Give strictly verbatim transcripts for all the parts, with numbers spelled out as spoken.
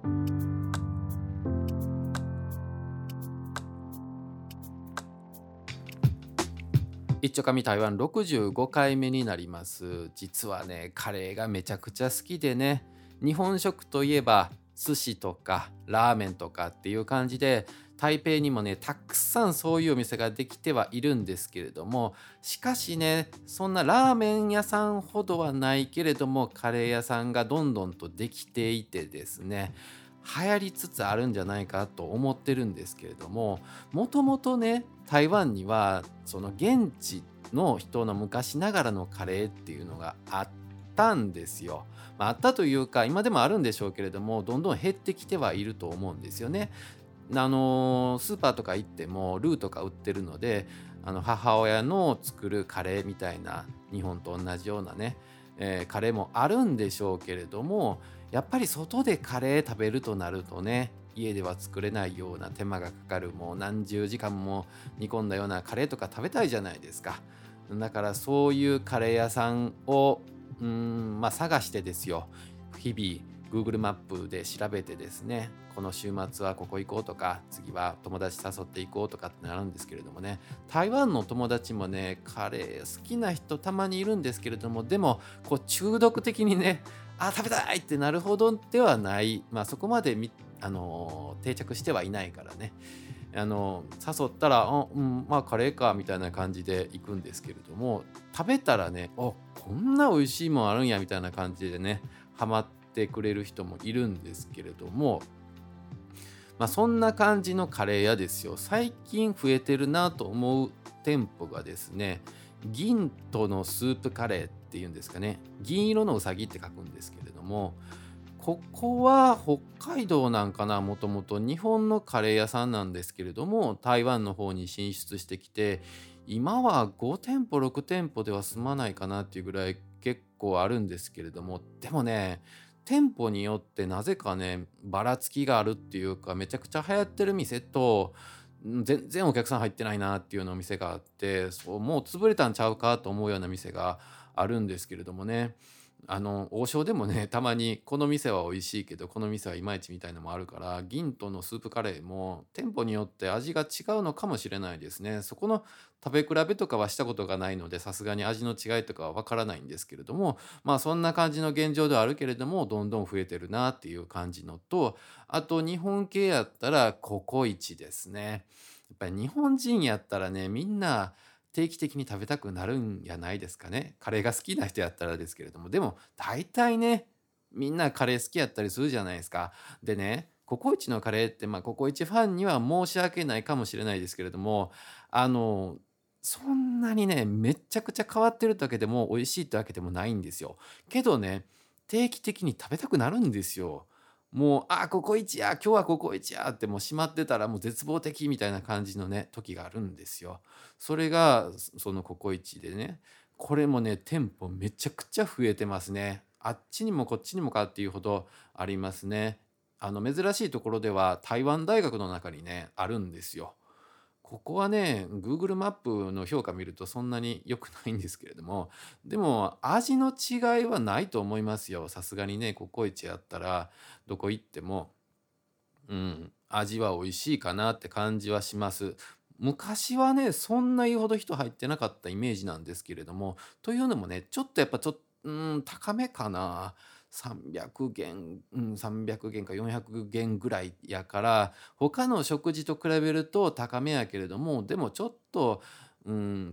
一丁紙台湾ろくじゅうごかいめになります。実はね、カレーがめちゃくちゃ好きでね、日本食といえば寿司とかラーメンとかっていう感じで、台北にもね、たくさんそういうお店ができてはいるんですけれども、しかしね、そんなラーメン屋さんほどはないけれども、カレー屋さんがどんどんとできていてですね、流行りつつあるんじゃないかと思ってるんですけれども、もともとね、台湾にはその現地の人の昔ながらのカレーっていうのがあったんですよ。まあ、あったというか、今でもあるんでしょうけれども、どんどん減ってきてはいると思うんですよね。あのスーパーとか行ってもルーとか売ってるので、あの母親の作るカレーみたいな日本と同じようなね、えーカレーもあるんでしょうけれども、やっぱり外でカレー食べるとなるとね、家では作れないような手間がかかる、もう何十時間も煮込んだようなカレーとか食べたいじゃないですか。だからそういうカレー屋さんをうーんまあ探してですよ、日々 Google マップで調べてですね、この週末はここ行こうとか、次は友達誘って行こうとかってなるんですけれどもね、台湾の友達もね、カレー好きな人たまにいるんですけれども、でもこう中毒的にね、あ食べたいってなるほどではない、まあそこまでみあのー定着してはいないからね、あの誘ったら、あ、うん、まあカレーかみたいな感じで行くんですけれども、食べたらね、おこんな美味しいもんあるんやみたいな感じでね、ハマってくれる人もいるんですけれども、まあ、そんな感じのカレー屋ですよ。最近増えてるなと思う店舗がですね、銀とのスープカレーっていうんですかね。銀色のうさぎって書くんですけれども、ここは北海道なんかな、もともと日本のカレー屋さんなんですけれども、台湾の方に進出してきて、今はご店舗、ろく店舗では済まないかなっていうぐらい結構あるんですけれども、でもね、店舗によってなぜかね、ばらつきがあるっていうか、めちゃくちゃ流行ってる店と、ん全然お客さん入ってないなっていうようなお店があって、そう、もう潰れたんちゃうかと思うような店があるんですけれどもね。あの王将でもね、たまにこの店は美味しいけどこの店はいまいちみたいのもあるから、銀とのスープカレーも店舗によって味が違うのかもしれないですね。そこの食べ比べとかはしたことがないので、さすがに味の違いとかはわからないんですけれども、まあそんな感じの現状ではあるけれども、どんどん増えてるなっていう感じのと、あと日本系やったらココイチですね。やっぱり日本人やったらね、みんな定期的に食べたくなるんやないですかね。カレーが好きな人やったらですけれども、でも大体ね、みんなカレー好きやったりするじゃないですか。でね、ココイチのカレーって、まあココイチファンには申し訳ないかもしれないですけれども、あのそんなにね、めちゃくちゃ変わってるってわけでも美味しいってわけでもないんですよ。けどね、定期的に食べたくなるんですよ。もう、あ、ココイチや、今日はココイチやってもう閉まってたらもう絶望的みたいな感じのね、時があるんですよ。それがそそのココイチでね、これもね、店舗めちゃくちゃ増えてますね。あっちにもこっちにもかっていうほどありますね。あの珍しいところでは台湾大学の中にね、あるんですよ。ここはね、Google マップの評価見るとそんなに良くないんですけれども、でも味の違いはないと思いますよ。さすがにね、ココイチやったらどこ行っても、うん、味は美味しいかなって感じはします。昔はね、そんな言うほど人入ってなかったイメージなんですけれども、というのもね、ちょっとやっぱちょっと、うん、高めかな。さんびゃく元、うん、さんびゃく元かよんひゃく元ぐらいやから、他の食事と比べると高めやけれども、でもちょっと、うん、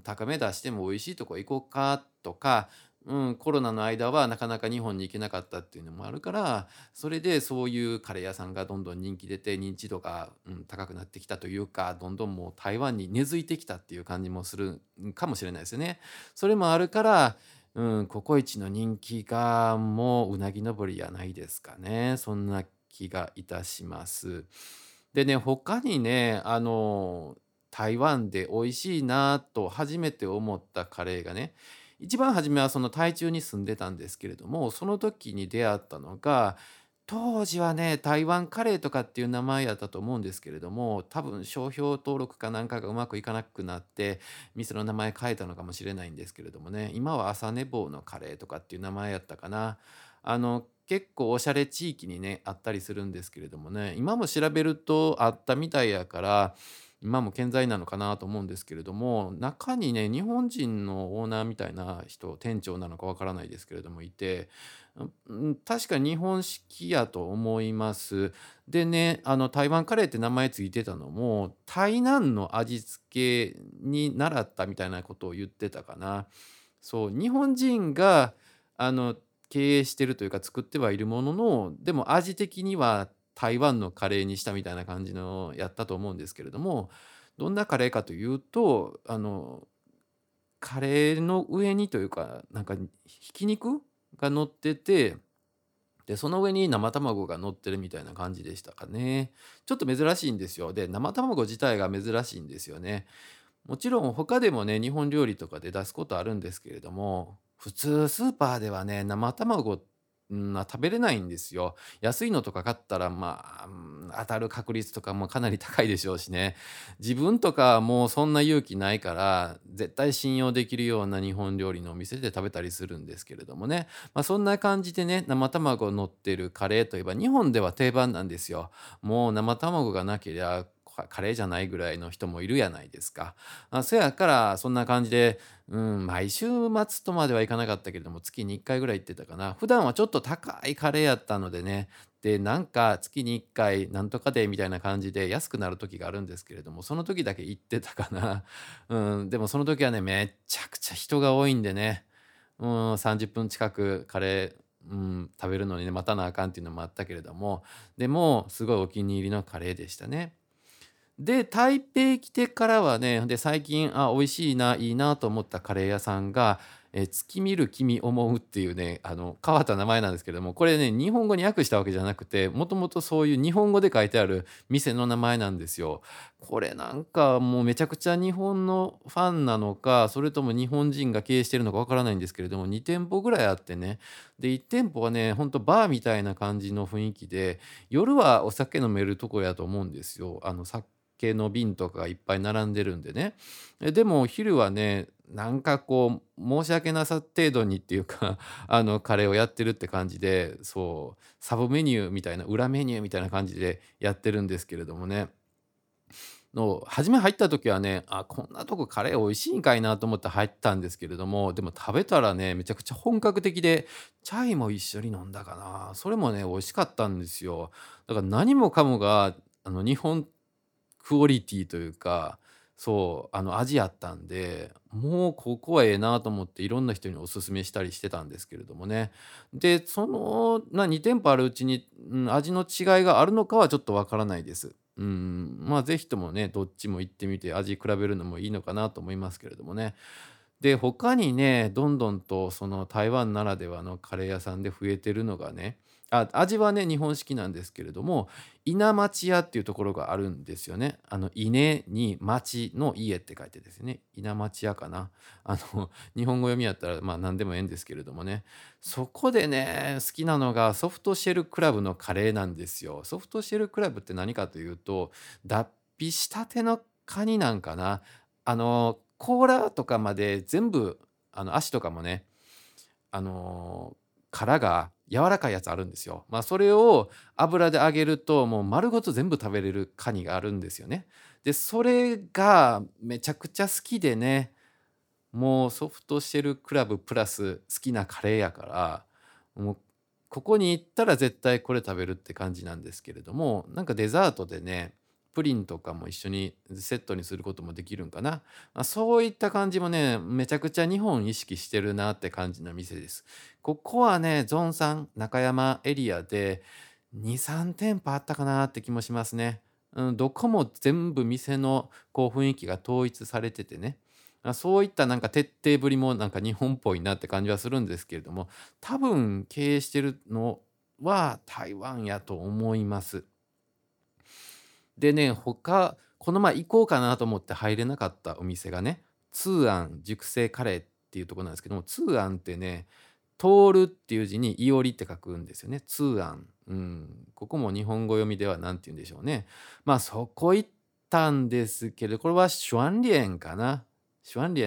高め出しても美味しいとこ行こうかとか、うん、コロナの間はなかなか日本に行けなかったっていうのもあるから、それでそういうカレー屋さんがどんどん人気出て認知度が、うん、高くなってきたというか、どんどんもう台湾に根付いてきたっていう感じもするかもしれないですよね。それもあるから、うん、ココイチの人気がもううなぎ登りやないですかね。そんな気がいたします。でね、他にね、あの、台湾で美味しいなと初めて思ったカレーがね、一番初めはその台中に住んでたんですけれども、その時に出会ったのが、当時はね、台湾カレーとかっていう名前やったと思うんですけれども、多分商標登録かなんかがうまくいかなくなって、店の名前変えたのかもしれないんですけれどもね、今は朝寝坊のカレーとかっていう名前やったかな。あの、 結構おしゃれ地域にね、あったりするんですけれどもね、今も調べるとあったみたいやから、今も健在なのかなと思うんですけれども、中にね、日本人のオーナーみたいな人、店長なのかわからないですけれどもいて、うん、確か日本式やと思います。でね、あの台湾カレーって名前ついてたのも、台南の味付けに習ったみたいなことを言ってたかな。そう、日本人があの経営してるというか作ってはいるものの、でも味的には台湾のカレーにしたみたいな感じのやったと思うんですけれども、どんなカレーかというと、あのカレーの上にというか、なんかひき肉が乗ってて、で、その上に生卵が乗ってるみたいな感じでしたかね。ちょっと珍しいんですよ。で、生卵自体が珍しいんですよね。もちろん他でもね、日本料理とかで出すことあるんですけれども、普通スーパーではね、生卵、うん、まあ、食べれないんですよ。安いのとか買ったら、まあ、うん、当たる確率とかもかなり高いでしょうしね。自分とかもうそんな勇気ないから、絶対信用できるような日本料理のお店で食べたりするんですけれどもね。まあ、そんな感じでね、生卵乗ってるカレーといえば、日本では定番なんですよ。もう生卵がなけりゃ、カカレーじゃないぐらいの人もいるやないですか。あ、そやからそんな感じで、うん、毎週末とまではいかなかったけれども、月にいっかいぐらい行ってたかな。普段はちょっと高いカレーやったのでね、で、なんか月にいっかいなんとかでみたいな感じで安くなる時があるんですけれども、その時だけ行ってたかな。うん、でもその時はね、めっちゃくちゃ人が多いんでね、うん、さんじゅっぷん近くカレー、うん、食べるのにね、待たなあかんっていうのもあったけれども、でもすごいお気に入りのカレーでしたね。で、台北来てからはね、で、最近、あ、美味しいな、いいなと思ったカレー屋さんが、え、月見る君思うっていうね、あの、変わった名前なんですけども、これね、日本語に訳したわけじゃなくて、もともとそういう日本語で書いてある店の名前なんですよ。これなんかもうめちゃくちゃ日本のファンなのか、それとも日本人が経営してるのかわからないんですけれども、に店舗ぐらいあってね、で、いち店舗はね、ほんとバーみたいな感じの雰囲気で、夜はお酒飲めるとこやと思うんですよ。あの、酒の瓶とかがいっぱい並んでるんでね。え、でもお昼はね、なんかこう申し訳なさ程度にっていうかあのカレーをやってるって感じで、そう、サブメニューみたいな、裏メニューみたいな感じでやってるんですけれどもね。の初め入った時はね、あ、こんなとこカレー美味しいんかいなと思って入ったんですけれども、でも食べたらね、めちゃくちゃ本格的で、チャイも一緒に飲んだかな。それもね、美味しかったんですよ。だから何もかもが、あの日本クオリティというか、そう、あの味あったんで、もうここはええなと思っていろんな人にお勧めしたりしてたんですけれどもね。で、その、なに店舗あるうちに、うん、味の違いがあるのかはちょっとわからないです。うん、まあ、ぜひともね、どっちも行ってみて味比べるのもいいのかなと思いますけれどもね。で、他にね、どんどんとその台湾ならではのカレー屋さんで増えてるのがね、あ、味はね、日本式なんですけれども、稲町屋っていうところがあるんですよね。あの、稲に町の家って書いてですね、稲町屋かな。あの、日本語読みやったら、まあ何でもええんですけれどもね。そこでね、好きなのがソフトシェルクラブのカレーなんですよ。ソフトシェルクラブって何かというと、脱皮したてのカニなんかな。あの、甲羅とかまで全部、あの、足とかもね、あの、殻が柔らかいやつあるんですよ。まあ、それを油で揚げると、もう丸ごと全部食べれるカニがあるんですよね。で、それがめちゃくちゃ好きでね、もうソフトシェルクラブプラス好きなカレーやから、もうここに行ったら絶対これ食べるって感じなんですけれども、なんかデザートでね、プリンとかも一緒にセットにすることもできるんかな。まあ、そういった感じもね、めちゃくちゃ日本意識してるなって感じの店です。ここはね、ゾンさん中山エリアでに、さん店舗あったかなって気もしますね。うん、どこも全部店のこう雰囲気が統一されててね。あ、そういったなんか徹底ぶりもなんか日本っぽいなって感じはするんですけれども、多分経営してるのは台湾やと思います。でね、他、この前行こうかなと思って入れなかったお店がね、ツーアン熟成カレーっていうところなんですけども、ツーアンってね、通るっていう字にいおりって書くんですよね。ツーアン。うん。ここも日本語読みでは何て言うんでしょうね。まあそこ行ったんですけど、これはシュワンリエンかな。シュワンリエン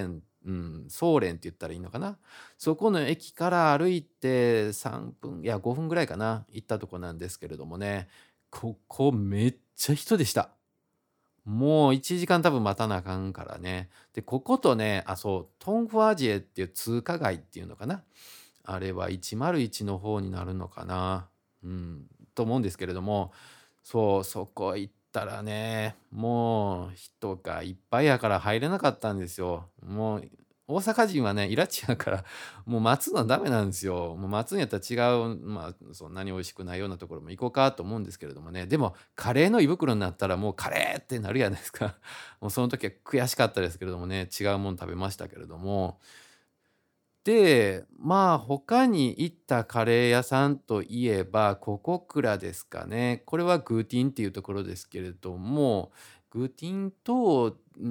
うん、ソーレンって言ったらいいのかな。そこの駅から歩いてさんぷん、いやごふんぐらいかな、行ったとこなんですけれどもね、ここめっちゃ人でした。もういちじかん多分待たなあかんからね。で、こことね、あ、そう、トンファージエっていう通過街っていうのかな。あれはいちまるいちの方になるのかな。うん、と思うんですけれども、そう、そこ行ったらね、もう人がいっぱいやから入れなかったんですよ。もう大阪人はね、イラチやから、もう待つのはダメなんですよ。もう待つんやったら違う、まあ、そんなに美味しくないようなところも行こうかと思うんですけれどもね。でも、カレーの胃袋になったらもうカレーってなるじゃないですか。もうその時は悔しかったですけれどもね、違うもの食べましたけれども。で、まあ、他に行ったカレー屋さんといえば、ココクラですかね。これはグーティンっていうところですけれども、グーティンと、うん、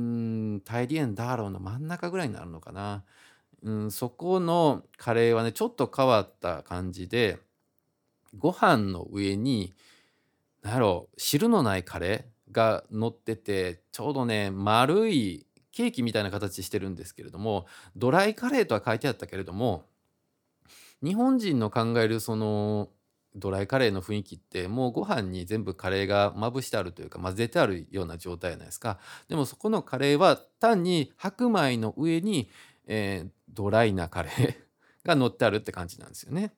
タイリエンダーローの真ん中ぐらいになるのかな。うん、そこのカレーはね、ちょっと変わった感じで、ご飯の上に、なんやろう、汁のないカレーが乗ってて、ちょうどね、丸いケーキみたいな形してるんですけれども、ドライカレーとは書いてあったけれども、日本人の考えるそのドライカレーの雰囲気って、もうご飯に全部カレーがまぶしてあるというか混ぜてあるような状態じゃないですか。でもそこのカレーは単に白米の上に、えードライなカレーが乗ってあるって感じなんですよね。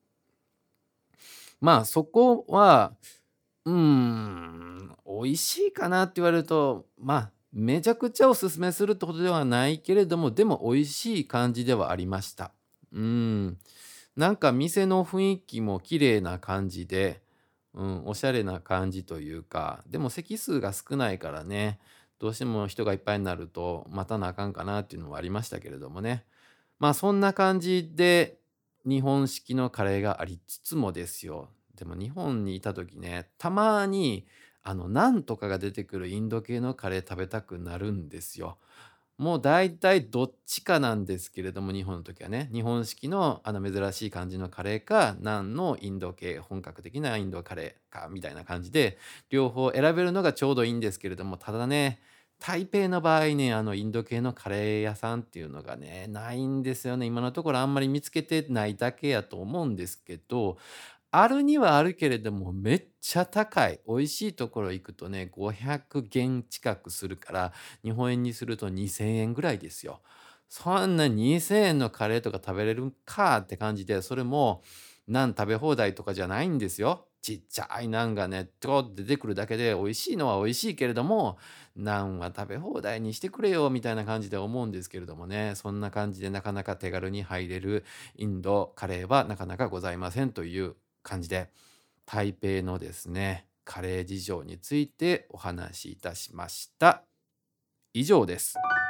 まあそこはうーん、美味しいかなって言われると、まあ、めちゃくちゃおすすめするってことではないけれども、でも美味しい感じではありました。うーん。なんか店の雰囲気も綺麗な感じで、うん、おしゃれな感じというか、でも席数が少ないからね、どうしても人がいっぱいになると待たなあかんかなっていうのもありましたけれどもね。まあそんな感じで日本式のカレーがありつつもですよ。でも日本にいた時ね、たまにあのナンとかが出てくるインド系のカレー食べたくなるんですよ。もう大体どっちかなんですけれども、日本の時はね、日本式のあの珍しい感じのカレーか、ナンのインド系、本格的なインドカレーかみたいな感じで、両方選べるのがちょうどいいんですけれども、ただね、台北の場合ね、あのインド系のカレー屋さんっていうのがね、ないんですよね。今のところあんまり見つけてないだけやと思うんですけど、あるにはあるけれども、めっちゃ高い。美味しいところ行くとね、ごひゃくげん近くするから、日本円にするとにせんえんぐらいですよ。そんなにせんえんのカレーとか食べれるかって感じで、それもナン食べ放題とかじゃないんですよ。ちっちゃいナンがね、ちょっと出てくるだけで美味しいのは美味しいけれども、ナンは食べ放題にしてくれよみたいな感じで思うんですけれどもね、そんな感じでなかなか手軽に入れるインドカレーはなかなかございませんという感じで、台北のですね、カレー事情についてお話しいたしました。以上です。